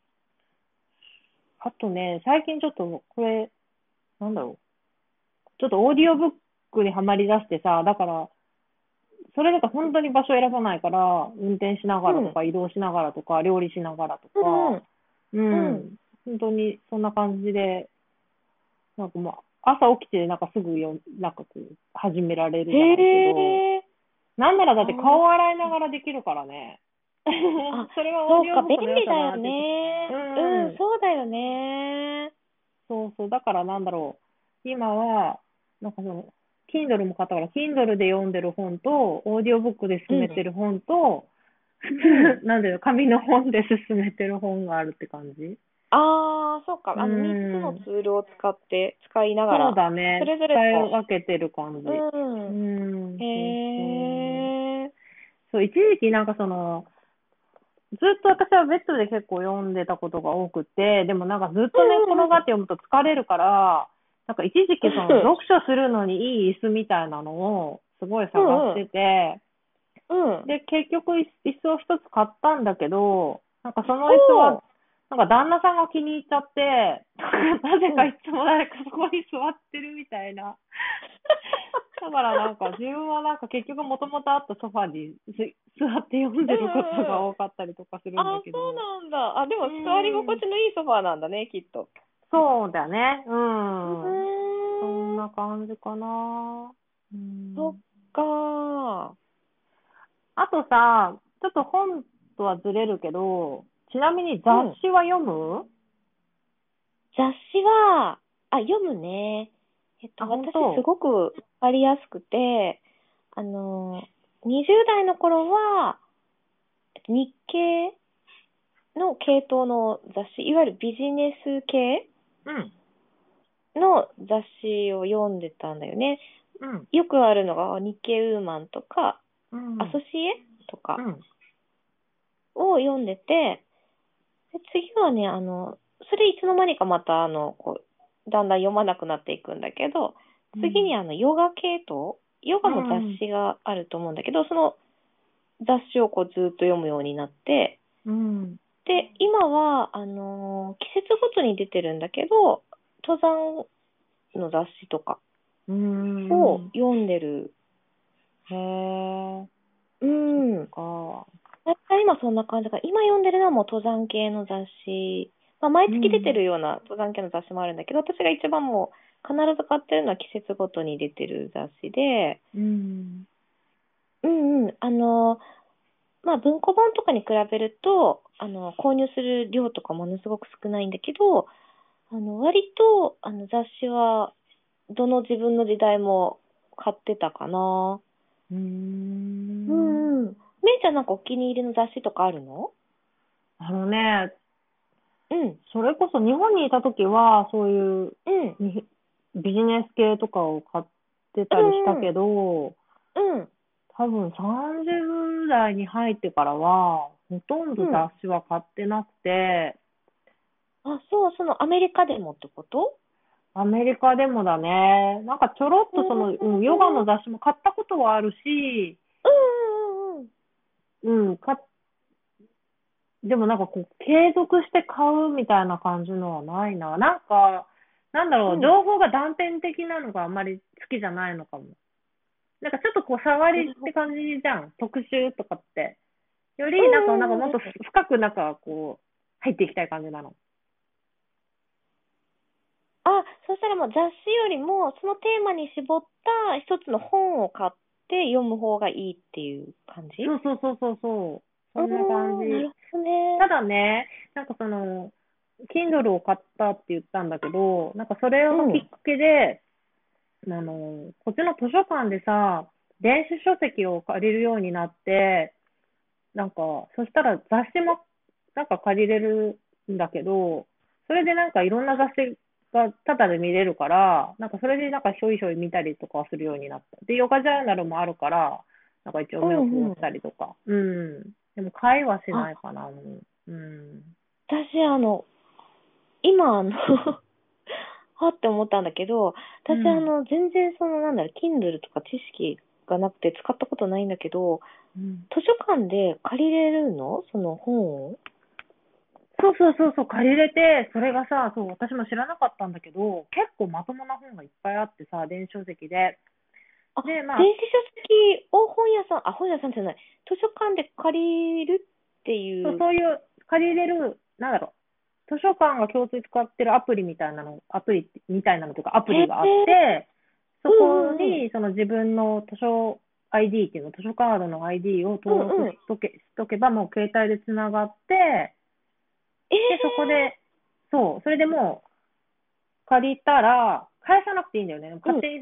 あとね、最近ちょっとこれ、なんだろう。ちょっとオーディオブックにはまり出してさ、だから、それだと本当に場所選ばないから、運転しながらとうんか、移動しながらとか、料理しながらとか、 うんううん。 ん、本当にそんな感じで、なんかまあ、朝起きてなんかすぐなんかこう、始められるへじゃないけど、 え。 なんならだってあ顔洗いながらできるからね。 あ、 それはオーそうか、便ディオブックの良利だよさだなって。うね。うん、 ん、 そうだよね。 そうそう。だからなんだろう。今は、なんかその、Kindle も買ったから、Kindle で読んでる本と、オーディオブックで進めうん、 てる本と、 うん。 なんだよ、紙の本で進めてる本があるって感じ。 ああ、そうか。 う 3つのん。 ツールを使いながそうら、 だね。 それぞれ使いの、 分けてる感じ。 うん。 そうそう。 へえ。 そう、一時期なんかその、ずっと私はベッドで結構読んでたことが多くて、でもなんかずっとね、 うんうんうん。 転がって読むと疲れるから、なんか一時期その読書するのにいい椅子みたいなのをすごい探うんうん。 してて、 うん。 で、結局椅子を一つ買ったんだけど、なんかその椅子は、 おー。 なんか旦那さんが気に入っちゃって、なぜうん。 かいつも誰かそこに座ってるみたいな。だからなんか自分はなんか結局もともとあったソファに座って読んうんでることうんうん。 が多かったりとかするんだあ、 けど。 そうなんだ。あ、でうも座りーん。 心地のいいソファーなんだね、きっと。 そうだね。ううん。そんーん。 な感じかな。うそっん。 かー。 あとさ、ちょっと本とはずれるけど、ちなみに雑うん。 誌は読む？ 雑誌は、読むね。 あ、本私す当？ ごくわかりやすくて、20代の頃は、日経の系統の雑誌、いわゆるビジネス系うん。 の雑誌を読んでたんだよね。 うん。 よくあるのが日経ウーマンとか、 うん。 アソシエとかうん。 を読んでて、で次はね、それいつの間にかまた、だんだん読まなくなっていくんだけど、次にヨガ系統、ヨガの雑誌があると思うんだけど、その雑誌をこうずっと読むようになって、 うん。 で、今は、季節ごとに出てるんだけど、登山の雑誌とかうん。 を読んでる。 へえ。 うん。 か。 だいたい今そんな感じだから、今読んでるのはもう登山系の雑誌。まあ、毎月出てるような登山系の雑誌もあるんだけど、私が一番もう必ず買ってるのは季節ごとに出てる雑誌で、 うん。 うんうん。まあ、文庫本とかに比べると、購入する量とかものすごく少ないんだけど、割と、雑誌は、どの自分の時代も買ってたかな。 ううんうん。めいちゃんなんかお気に入りの雑誌とかあるの？ あのね、 うん。 それこそ日本にいた時は、そういううん。 ビジネス系とかを買ってたりしたけど、 うん。 多分30代に入ってからは、ほとんどうん。 雑誌は買ってなくて、 あ、そう、そのアメリカでもってこと？ アメリカでもだね、なんかちょろっとヨガの雑誌も買ったことはあるし、 うんうんうんうん。 うん、でもなんかこう、継続して買うみたいな感じのはないな。なんか、なんだろう、 うん。 情報が断片的なのがあんまり好きじゃないのかも。なんかちょっとこう、触りって感じじゃん。特集とかって。より、なんかもっと深くなんかこう、入っていきたい感じなの。 あ、そしたらもう雑誌よりも、そのテーマに絞った一つの本を買って読む方がいいっていう感じ？ そうそうそうそうそう。そんな感じ。 なるほどね。 ただね、なんかKindle を買ったって言ったんだけど、なんかそれがきっかけで、こっちの図書館でさ、電子書籍を借りるようになって、なんか、そしたら雑誌もなんか借りれるんだけど、それでなんかいろんな雑誌がタダで見れるから、なんかそれでなんかひょいひょい見たりとかするようになった。で、ヨガジャーナルもあるから、なんか一応目をうんうん。 通したりとか。うん。でも買いはしあ、 ないかな、もう。うん。 私今はって思ったんだけど、私うん。 全然Kindle とか知識がなくて使ったことないんだけど、 うん。 図書館で借りれるの？その本を？ そうそうそうそう、借りれて、それがさ、そう、私も知らなかったんだけど、結構まともな本がいっぱいあってさ、電子書籍で。 あ、 で、まあ、 電子書籍を本屋さんじゃない、図書館で借りるってそう、 いう。 そういう借りれる、なんだろう、図書館が共通使ってるアプリみたいなのとかアプへえ、 リがあって、そうんうんうん。 こにその自分の図書 ID っていうの、図書カードの ID を登録うんうん。 しとけば、もう携帯でつながって、 えで、そこえ、 で、そう、それでもう借りたら、返さなくていいんだよね。 うん。 勝手に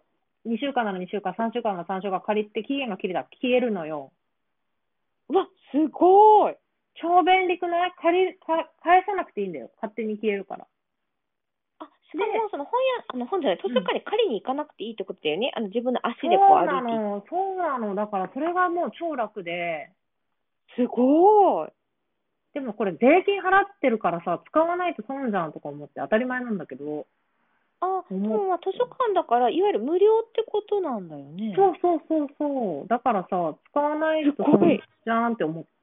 2週間なら2週間、3週間なら3週間借りて、期限が切れたら消えるのよ。 うわ、すごい。 超便利くない？返さなくていいんだよ。勝手に消えるから。 あ、しかも、 で、 その本じゃない、図書うん。 館に借りに行かなくていいってことだよね。自分の足でこうそう歩いてい。 なの、そうなの。だからそれがもう超楽で、 すごい。 でもこれ税金払ってるからさ、使わないと損じゃんとか思って当たり前なんだけど、 あ、で思っもまあ図書館だから、いわゆる無料ってことなんだよね。 そうそうそうそう。だからさ、使わないすと損ごい。 じゃんって思って、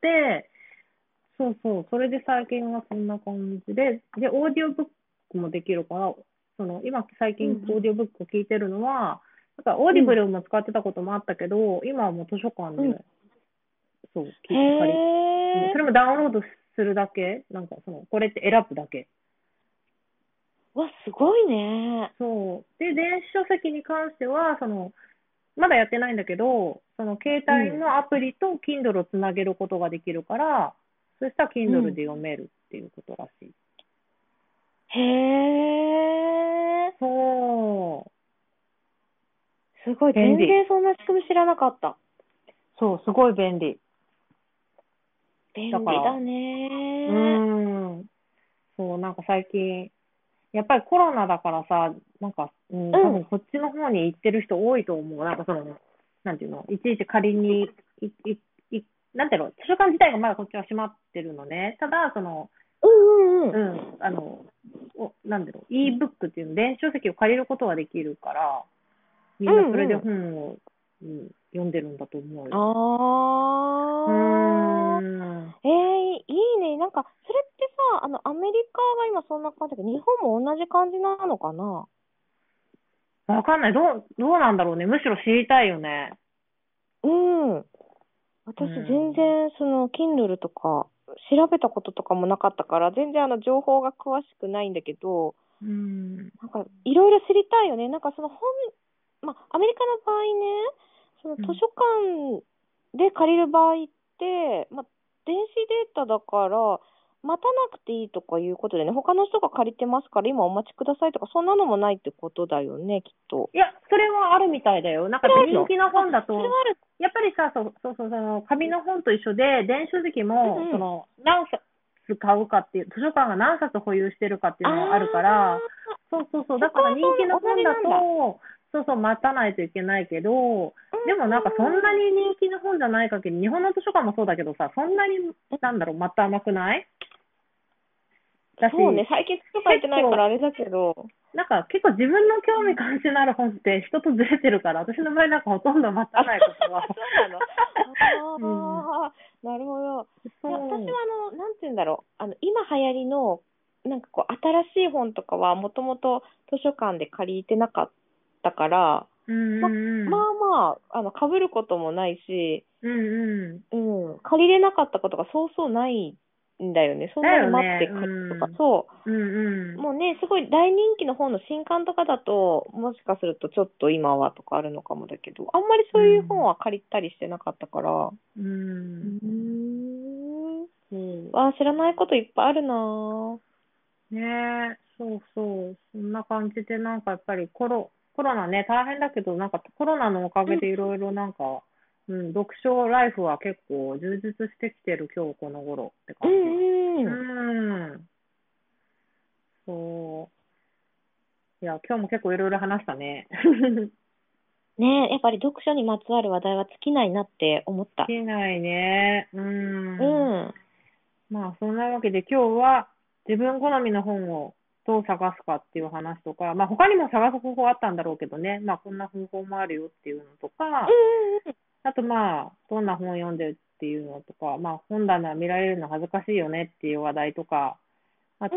そうそう。それで最近はそんな感じで、で、オーディオブックもできるから、今最近うんオーディオブックを聞いてるのは、なんかオーうん。 ディブルも使ってたこともあったけど、今はもう図書館うん。 で、そう、 へそれえ。 もダウンロードするだけ、なんかこれって選ぶだけ。 わ、すごいね。 そう。で、電子書籍に関しては、まだやってないんだけど、携うん。 帯のアプリと Kindle をつなげることができるから、そしたらう Kindle ん。 で読めるっていうことらしい。 へえ。 そう。 すごい。 便利。 全然そんな仕組み知らなかった。 そう、すごい便利。 便だから、 利だね。 そう、なんか最近、やっぱりコロナだからさ、なんか、多分こっちの方に行ってる人多いと思う。なんかその、なんていうの、いちいち借りに、なんていうの、図書館自体がまだこっちは閉まってるのね。ただ、その、なんだろう、e-book っていうの、電子書籍を借りることはできるから、みんなそれで本を、読んでるんだと思うよ。 いいね。なんか、それってさ、アメリカが今そんな感じだけど、日本も同じ感じなのかな？ わかんない。どうなんだろうね。むしろ知りたいよね。 私全然、Kindle とか、調べたこととかもなかったから、全然情報が詳しくないんだけど、なんか、いろいろ知りたいよね。なんかアメリカの場合ね、図書館で借りる場合って、電子データだから、待たなくていいとかいうことでね、他の人が借りてますから今お待ちくださいとか、そんなのもないってことだよね、きっと。 いや、それはあるみたいだよ。なんか人気の本だと、やっぱりさ、紙の本と一緒で、電子書籍も、何冊買うかっていう、図書館が何冊保有してるかっていうのがあるから、だから人気の本だと、待たないといけないけど、でもなんかそんなに人気の本じゃない限り、日本の図書館もそうだけどさ、そんなに、待たなくない？ そうね、最近図書館行ってないからあれだけど。 なんか結構自分の興味関心のある本って人とずれてるから、私の場合なんかほとんど待たないことは。 そうなの。なるほど。私はなんて言うんだろう。今流行りの、なんかこう、新しい本とかはもともと図書館で借りてなかったから、被ることもないし、借りれなかったことがそうそうないんだよね。そんなに待って借りるとか。もうね、すごい大人気の本の新刊とかだと、もしかするとちょっと今はとかあるのかもだけど、あんまりそういう本は借りたりしてなかったから。知らないこといっぱいあるなねえ、そんな感じで、なんかやっぱりコロナね、大変だけど、なんかコロナのおかげでいろいろなんか、読書ライフは結構充実してきてる今日この頃って感じ。そう。いや、今日も結構いろいろ話したね。 ねえ、やっぱり読書にまつわる話題は尽きないなって思った。 尽きないね。まあ、そんなわけで今日は自分好みの本をどう探すかっていう話とか、まあ他にも探す方法あったんだろうけどね、まあこんな方法もあるよっていうのとか、あとまあ、どんな本を読んでるっていうのとか、まあ本棚見られるの恥ずかしいよねっていう話題とか、あと、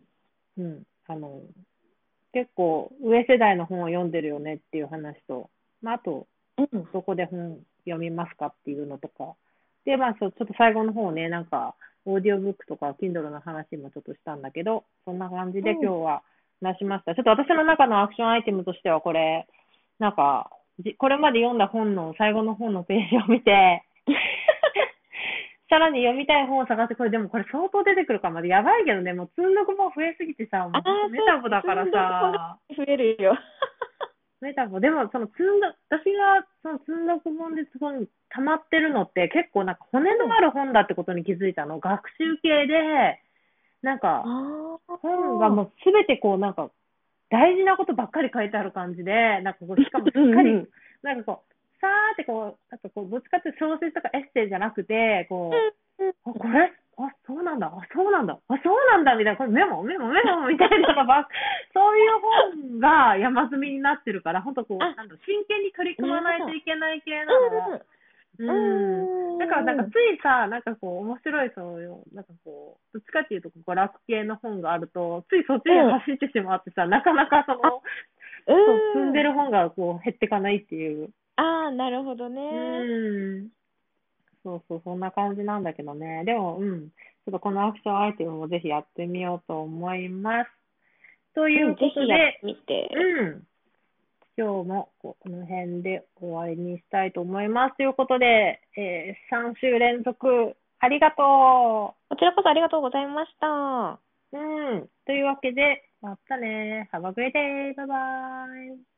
結構上世代の本を読んでるよねっていう話と、まああと、どこで本読みますかっていうのとか、で、まあちょっと最後の方ね、なんか、オーディオブックとか Kindle の話もちょっとしたんだけど、そんな感じで今日は話しました。ちょっと私の中のアクションアイテムとしてはこれ、なんか、これまで読んだ本の最後の本のページを見て、さらに読みたい本を探して、これ相当出てくるかまでやばいけどね、もう積んどくも増えすぎてさ、もうメタボだからさ。 増えるよ。 メタボ。でも、私が積んどく本で溜まってるのって結構なんか骨のある本だってことに気づいたの。学習系で、なんか、本がもうすべてこうなんか、大事なことばっかり書いてある感じで、なんかこう、しかもしっかり、なんかこう、さーってこう、なんかこう、どっちかっていうと小説とかエッセイじゃなくて、こう、これ、そうなんだ、そうなんだ、そうなんだ、みたいな、これメモ、みたいなのば、そういう本が山積みになってるから、本当こう、真剣に取り組まないといけない系なの。だからなんかついさ、なんかこう、面白いそういう、なんかこう、どっちかっていうと、娯楽系の本があると、ついそっちに走ってしまってさ、なかなか積んでる本がこう、減ってかないっていう。 なるほどね。 そんな感じなんだけどね。でも、ちょっとこのアクションアイテムもぜひやってみようと思います。ということで、今日もこの辺で終わりにしたいと思います。ということで、3週連続ありがとう。 こちらこそありがとうございました。 というわけで、またね。Have a great day. Bye bye.